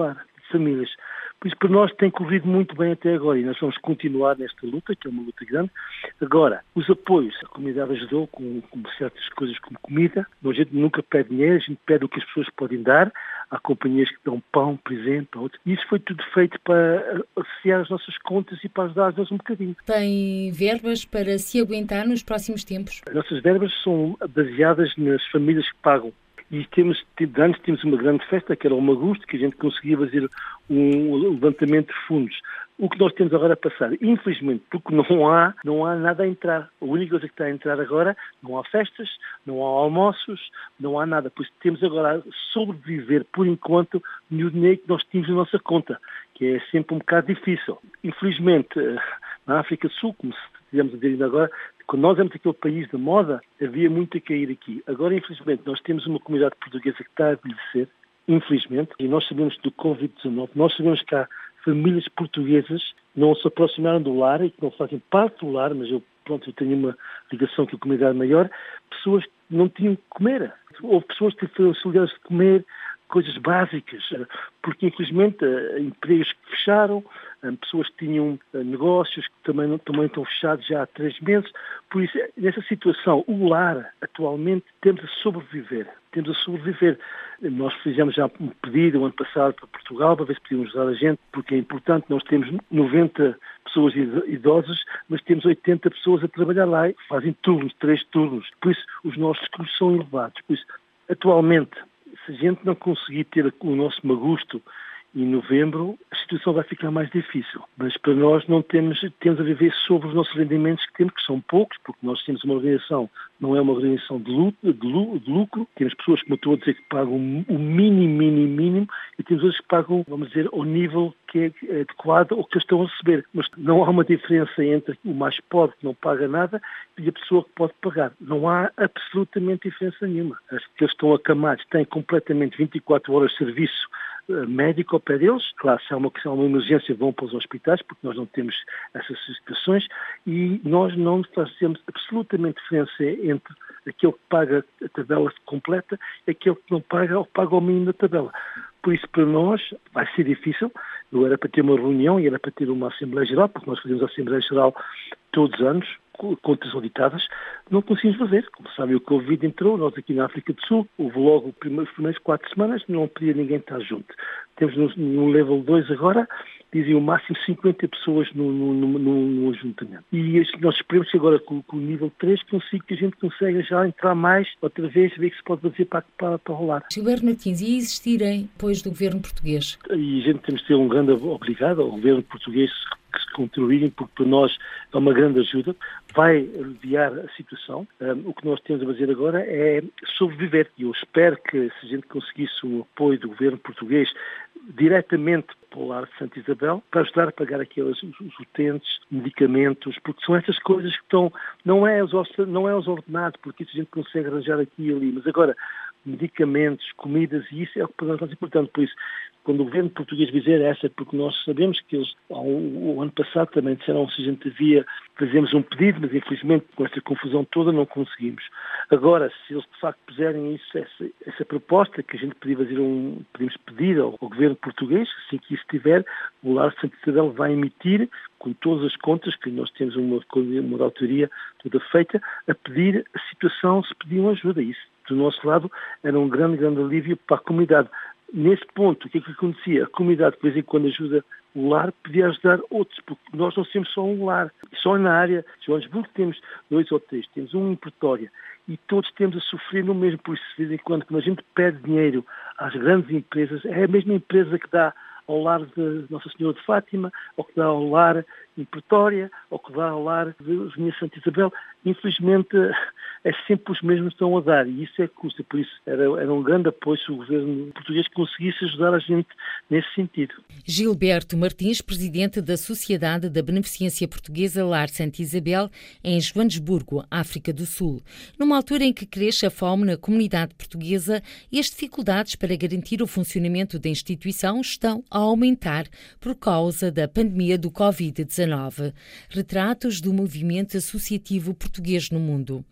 [SPEAKER 8] famílias. Por isso, para nós tem corrido muito bem até agora e nós vamos continuar nesta luta, que é uma luta grande. Agora, os apoios, a comunidade ajudou com, com certas coisas como comida, a gente nunca pede dinheiro, a gente pede o que as pessoas podem dar. Há companhias que dão pão, por exemplo, outros. E isso foi tudo feito para associar as nossas contas e para ajudar-nos um bocadinho.
[SPEAKER 2] Tem verbas para se aguentar nos próximos tempos?
[SPEAKER 8] As nossas verbas são baseadas nas famílias que pagam. E temos, antes tínhamos uma grande festa, que era o Magusto, que a gente conseguia fazer um levantamento de fundos. O que nós temos agora a passar, infelizmente, porque não há, não há nada a entrar. A única coisa que está a entrar agora, não há festas, não há almoços, não há nada. Por isso temos agora a sobreviver, por enquanto, no dinheiro que nós tínhamos na nossa conta, que é sempre um bocado difícil. Infelizmente, na África do Sul, como estivemos a dizer ainda agora, quando nós éramos aquele país da moda, havia muito a cair aqui. Agora, infelizmente, nós temos uma comunidade portuguesa que está a envelhecer, infelizmente, e nós sabemos do covid dezenove, nós sabemos que há famílias portuguesas que não se aproximaram do lar e que não fazem parte do lar, mas eu, pronto, eu tenho uma ligação com a comunidade maior, pessoas que não tinham que comer. Houve pessoas que tiveram solidariedade de comer coisas básicas, porque infelizmente empregos que fecharam, pessoas que tinham negócios que também, também estão fechados já há três meses. Por isso, nessa situação, o lar, atualmente, temos a sobreviver. Temos a sobreviver. Nós fizemos já um pedido o ano passado para Portugal, para ver se podiam ajudar a gente, porque é importante. Nós temos noventa pessoas idosas, mas temos oitenta pessoas a trabalhar lá, fazem turnos, três turnos. Por isso, os nossos custos são elevados. Por isso, atualmente, se a gente não conseguir ter o nosso Magusto em novembro, a situação vai ficar mais difícil. Mas para nós não temos, temos a viver sobre os nossos rendimentos que temos, que são poucos, porque nós temos uma organização, não é uma organização de lucro, de lucro, de lucro. Temos pessoas, como eu estou a dizer, que pagam o mínimo, mínimo, mínimo, e temos outras que pagam, vamos dizer, ao nível que é adequado ao que eles estão a receber. Mas não há uma diferença entre o mais pobre, que não paga nada, e a pessoa que pode pagar. Não há absolutamente diferença nenhuma. As que eles estão acamados têm completamente vinte e quatro horas de serviço médico ao pé deles. Claro, se há uma, se há uma emergência vão para os hospitais, porque nós não temos essas situações, e nós não fazemos absolutamente diferença entre aquele que paga a tabela completa e aquele que não paga ou paga ao mínimo da tabela. Por isso, para nós, vai ser difícil. Eu era para ter uma reunião e era para ter uma Assembleia Geral, porque nós fazemos a Assembleia Geral todos os anos, contas auditadas, não conseguimos fazer. Como sabem, o Covid entrou, nós aqui na África do Sul, houve logo os primeiros, primeiros quatro semanas, não podia ninguém estar junto. Temos no, no level dois agora, dizem o máximo cinquenta pessoas no, no, no, no, no ajuntamento. E nós esperamos que agora com, com o nível três consiga, que a gente consiga já entrar mais, outra vez, ver o que se pode fazer para, para, para rolar.
[SPEAKER 2] Gilberto Martins, e existirem depois do governo português?
[SPEAKER 8] E a gente temos de ter um grande obrigado ao governo português que se contribuírem, porque para nós é uma grande ajuda, vai aliviar a situação. Um, o que nós temos a fazer agora é sobreviver. E eu espero que, se a gente conseguisse um apoio do governo português diretamente para o lar de Santa Isabel, para ajudar a pagar aqueles os, os utentes, medicamentos, porque são essas coisas que estão, não é os, não é os ordenados, porque isso a gente consegue arranjar aqui e ali, mas agora medicamentos, comidas, e isso é o que para nós é mais importante. Por isso, quando o governo português fizer essa, porque nós sabemos que eles, ao, o ano passado também disseram se a gente devia, fazemos um pedido, mas infelizmente com esta confusão toda não conseguimos. Agora, se eles de facto puserem isso, essa, essa proposta, que a gente podia fazer um, podemos pedir ao, ao governo português, assim que isso tiver, o Lar de Santa Isabel vai emitir, com todas as contas, que nós temos uma, uma autoria toda feita, a pedir a situação, se pediam ajuda. Isso, do nosso lado, era um grande, grande alívio para a comunidade. Nesse ponto, o que é que acontecia? A comunidade, de vez em quando, ajuda o lar, podia ajudar outros, porque nós não temos só um lar. Só na área de Joanesburgo temos dois ou três, temos um em Pretória, e todos temos a sofrer no mesmo. Por isso, de vez em quando, quando a gente pede dinheiro às grandes empresas, é a mesma empresa que dá ao lar de Nossa Senhora de Fátima, ou que dá ao lar em Pretória, ou que dá ao lar de Rainha Santa Isabel. Infelizmente, é sempre os mesmos que estão a dar, e isso é que custa. Por isso, era, era um grande apoio se o governo português conseguisse ajudar a gente nesse sentido.
[SPEAKER 2] Gilberto Martins, presidente da Sociedade da Beneficência Portuguesa Lar Santa Isabel, em Joanesburgo, África do Sul. Numa altura em que cresce a fome na comunidade portuguesa e as dificuldades para garantir o funcionamento da instituição estão a aumentar por causa da pandemia do covid dezenove. Retratos do movimento associativo português no mundo.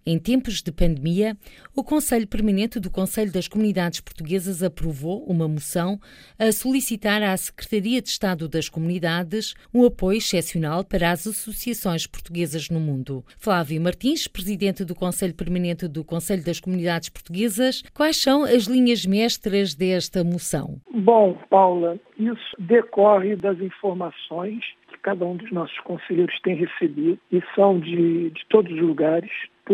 [SPEAKER 2] Em tempos de pandemia, o Conselho Permanente do Conselho das Comunidades Portuguesas aprovou uma moção a solicitar à Secretaria de Estado das Comunidades um apoio excepcional para as associações portuguesas no mundo. Flávio Martins, presidente do Conselho Permanente do Conselho das Comunidades Portuguesas, quais são as linhas mestras desta moção?
[SPEAKER 9] Bom, Paula, isso decorre das informações que cada um dos nossos conselheiros tem recebido e são de, de todos os lugares,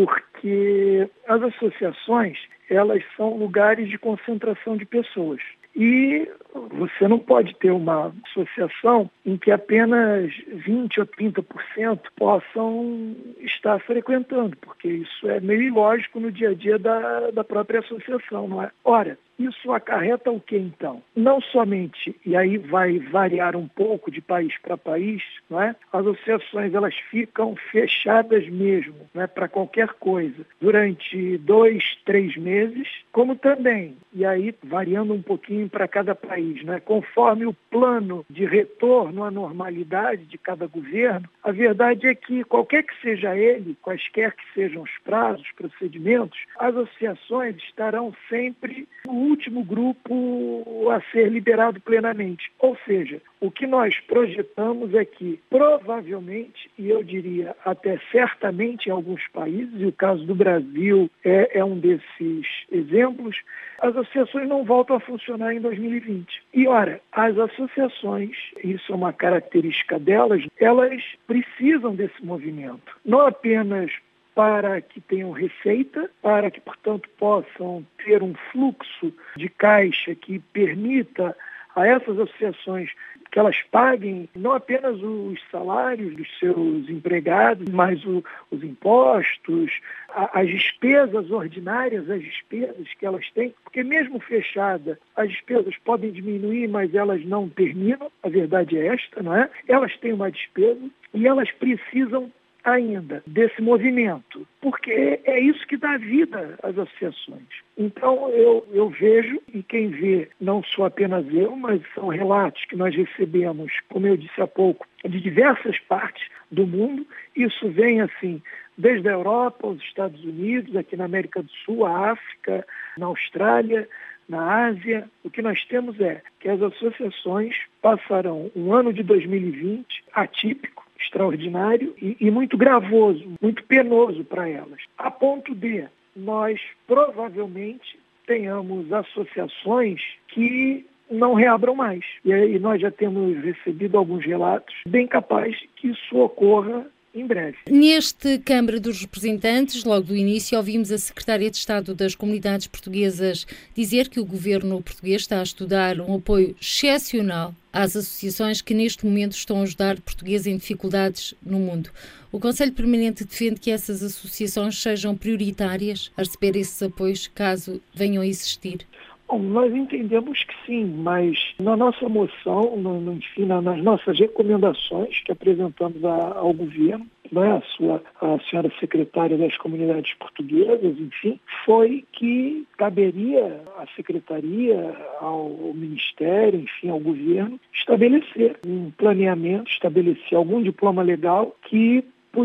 [SPEAKER 9] porque as associações, elas são lugares de concentração de pessoas. E você não pode ter uma associação em que apenas vinte ou trinta por cento possam estar frequentando, porque isso é meio ilógico no dia a dia da, da própria associação, não é? Ora, isso acarreta o que então? Não somente, e aí vai variar um pouco de país para país, não é? As associações elas ficam fechadas mesmo, não é? Para qualquer coisa, durante dois, três meses, como também, e aí variando um pouquinho para cada país, não é? Conforme o plano de retorno à normalidade de cada governo, a verdade é que qualquer que seja ele, quaisquer que sejam os prazos, procedimentos, as associações estarão sempre no último grupo a ser liberado plenamente. Ou seja, o que nós projetamos é que provavelmente, e eu diria até certamente em alguns países, e o caso do Brasil é, é um desses exemplos, as associações não voltam a funcionar em dois mil e vinte. E ora, as associações, isso é uma característica delas, elas precisam desse movimento. Não apenas para que tenham receita, para que, portanto, possam ter um fluxo de caixa que permita a essas associações que elas paguem não apenas os salários dos seus empregados, mas o, os impostos, a, as despesas ordinárias, as despesas que elas têm, porque mesmo fechada, as despesas podem diminuir, mas elas não terminam, a verdade é esta, não é? Elas têm uma despesa e elas precisam ainda desse movimento, porque é isso que dá vida às associações. Então eu, eu vejo, e quem vê não sou apenas eu, mas são relatos que nós recebemos, como eu disse há pouco, de diversas partes do mundo. Isso vem assim, desde a Europa, os Estados Unidos, aqui na América do Sul, a África, na Austrália, na Ásia. O que nós temos é que as associações passarão um ano de dois mil e vinte atípico, extraordinário e, e muito gravoso, muito penoso para elas, a ponto de nós provavelmente tenhamos associações que não reabram mais. E aí nós já temos recebido alguns relatos bem capazes que isso ocorra em breve.
[SPEAKER 2] Neste Câmara dos Representantes, logo do início, ouvimos a Secretária de Estado das Comunidades Portuguesas dizer que o governo português está a estudar um apoio excepcional às associações que neste momento estão a ajudar portugueses em dificuldades no mundo. O Conselho Permanente defende que essas associações sejam prioritárias a receber esses apoios caso venham a existir.
[SPEAKER 9] Bom, nós entendemos que sim, mas na nossa moção, no, enfim, nas nossas recomendações que apresentamos a, ao governo, né, a, sua, a senhora secretária das Comunidades Portuguesas, enfim, foi que caberia à secretaria, ao Ministério, enfim, ao governo, estabelecer um planeamento, estabelecer algum diploma legal que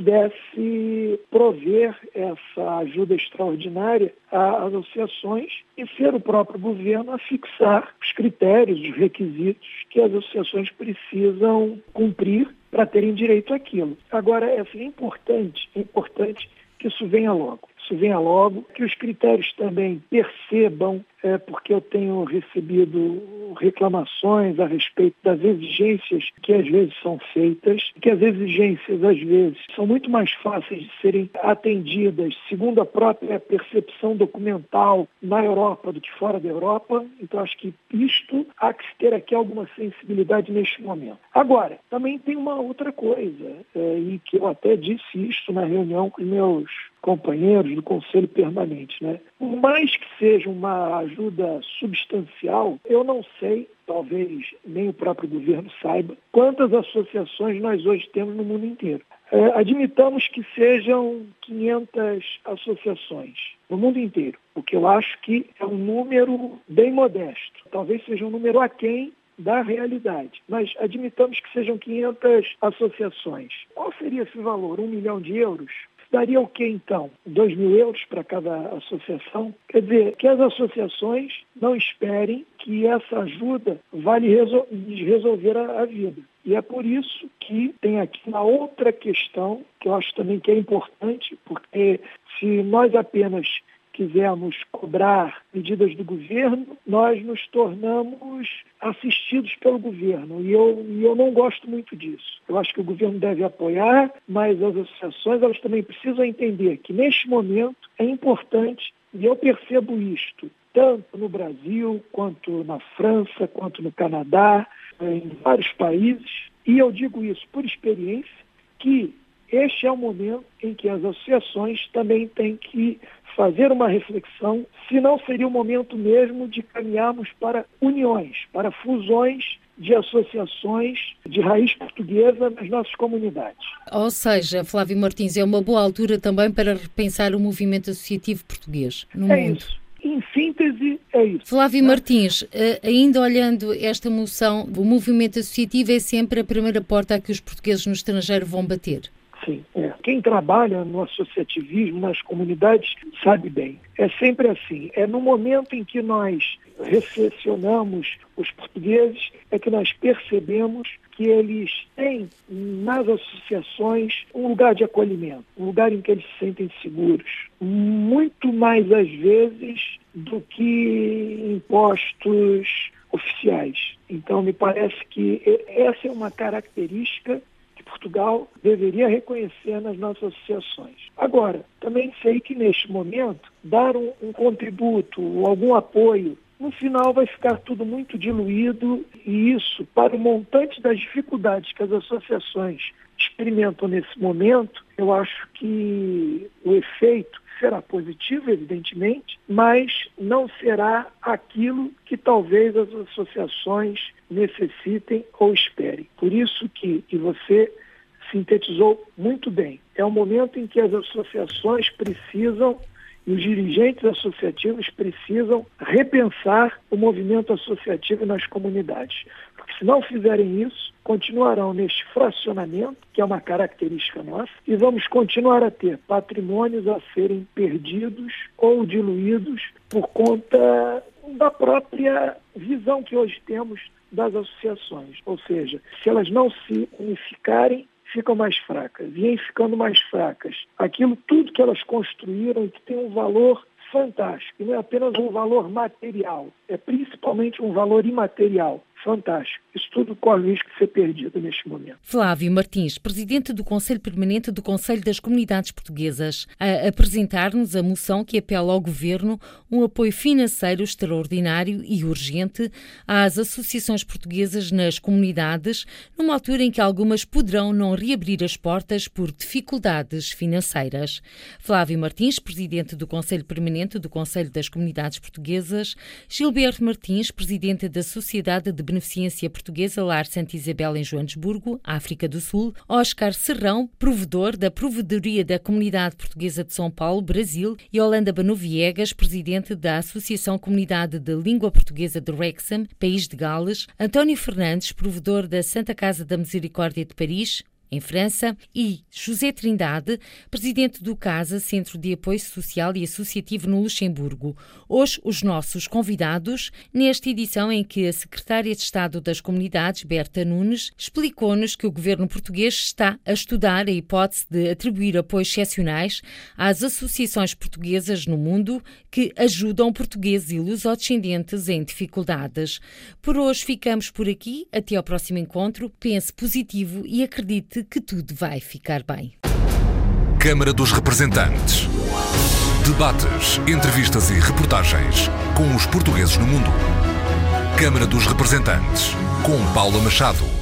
[SPEAKER 9] pudesse prover essa ajuda extraordinária às associações e ser o próprio governo a fixar os critérios, os requisitos que as associações precisam cumprir para terem direito àquilo. Agora, é assim, importante, é importante que isso venha logo. Isso venha logo, que os critérios também percebam, é, porque eu tenho recebido reclamações a respeito das exigências que às vezes são feitas, que as exigências às vezes são muito mais fáceis de serem atendidas segundo a própria percepção documental na Europa do que fora da Europa. Então acho que isto há que ter aqui alguma sensibilidade neste momento. Agora, também tem uma outra coisa, é, e que eu até disse isso na reunião com meus companheiros do Conselho Permanente, né? Por mais que seja uma ajuda substancial, eu não sei, talvez nem o próprio governo saiba, quantas associações nós hoje temos no mundo inteiro. É, admitamos que sejam quinhentas associações no mundo inteiro, o que eu acho que é um número bem modesto. Talvez seja um número aquém da realidade, mas admitamos que sejam quinhentas associações. Qual seria esse valor? Um milhão de euros? Custaria o que então? Dois mil euros para cada associação? Quer dizer, que as associações não esperem que essa ajuda vai lhes resolver a, a vida. E é por isso que tem aqui uma outra questão, que eu acho também que é importante, porque se nós apenas quisermos cobrar medidas do governo, nós nos tornamos assistidos pelo governo. E eu, e eu não gosto muito disso. Eu acho que o governo deve apoiar, mas as associações elas também precisam entender que, neste momento, é importante, e eu percebo isto, tanto no Brasil, quanto na França, quanto no Canadá, em vários países, e eu digo isso por experiência, que este é o momento em que as associações também têm que fazer uma reflexão se não seria o momento mesmo de caminharmos para uniões, para fusões de associações de raiz portuguesa nas nossas comunidades.
[SPEAKER 2] Ou seja, Flávio Martins, é uma boa altura também para repensar o movimento associativo português no
[SPEAKER 9] é
[SPEAKER 2] mundo.
[SPEAKER 9] Isso. Em síntese, é isso.
[SPEAKER 2] Flávio Martins, ainda olhando esta moção, o movimento associativo é sempre a primeira porta a que os portugueses no estrangeiro vão bater.
[SPEAKER 9] Sim, é. Quem trabalha no associativismo, nas comunidades, sabe bem. É sempre assim. É no momento em que nós recepcionamos os portugueses, é que nós percebemos que eles têm nas associações um lugar de acolhimento, um lugar em que eles se sentem seguros. Muito mais, às vezes, do que impostos oficiais. Então, me parece que essa é uma característica Portugal deveria reconhecer nas nossas associações. Agora, também sei que neste momento, dar um, um contributo ou algum apoio, no final vai ficar tudo muito diluído e isso, para o montante das dificuldades que as associações experimentam nesse momento, eu acho que o efeito será positivo, evidentemente, mas não será aquilo que talvez as associações necessitem ou esperem. Por isso que, e você sintetizou muito bem, é um momento em que as associações precisam e os dirigentes associativos precisam repensar o movimento associativo nas comunidades. Porque se não fizerem isso, continuarão neste fracionamento, que é uma característica nossa, e vamos continuar a ter patrimônios a serem perdidos ou diluídos por conta da própria visão que hoje temos das associações. Ou seja, se elas não se unificarem, ficam mais fracas, e em ficando mais fracas, aquilo tudo que elas construíram e que tem um valor fantástico, e não é apenas um valor material, é principalmente um valor imaterial, fantástico. Isso tudo corre o risco de ser perdido neste momento.
[SPEAKER 2] Flávio Martins, presidente do Conselho Permanente do Conselho das Comunidades Portuguesas, a apresentar-nos a moção que apela ao Governo um apoio financeiro extraordinário e urgente às associações portuguesas nas comunidades, numa altura em que algumas poderão não reabrir as portas por dificuldades financeiras. Flávio Martins, presidente do Conselho Permanente do Conselho das Comunidades Portuguesas, Gilberto Martins, presidente da Sociedade de Beneficência Portuguesa Lar Santa Isabel em Joanesburgo, África do Sul, Oscar Serrão, provedor da Provedoria da Comunidade Portuguesa de São Paulo, Brasil, e Holanda Banu Viegas, presidente da Associação Comunidade de Língua Portuguesa de Wrexham, País de Gales, António Fernandes, provedor da Santa Casa da Misericórdia de Paris, em França, e José Trindade, presidente do CASA, Centro de Apoio Social e Associativo no Luxemburgo. Hoje, os nossos convidados, nesta edição em que a secretária de Estado das Comunidades, Berta Nunes, explicou-nos que o governo português está a estudar a hipótese de atribuir apoios excepcionais às associações portuguesas no mundo que ajudam portugueses e lusodescendentes em dificuldades. Por hoje ficamos por aqui. Até ao próximo encontro. Pense positivo e acredite que tudo vai ficar bem.
[SPEAKER 1] Câmara dos Representantes. Debates, entrevistas e reportagens com os portugueses no mundo. Câmara dos Representantes, com Paula Machado.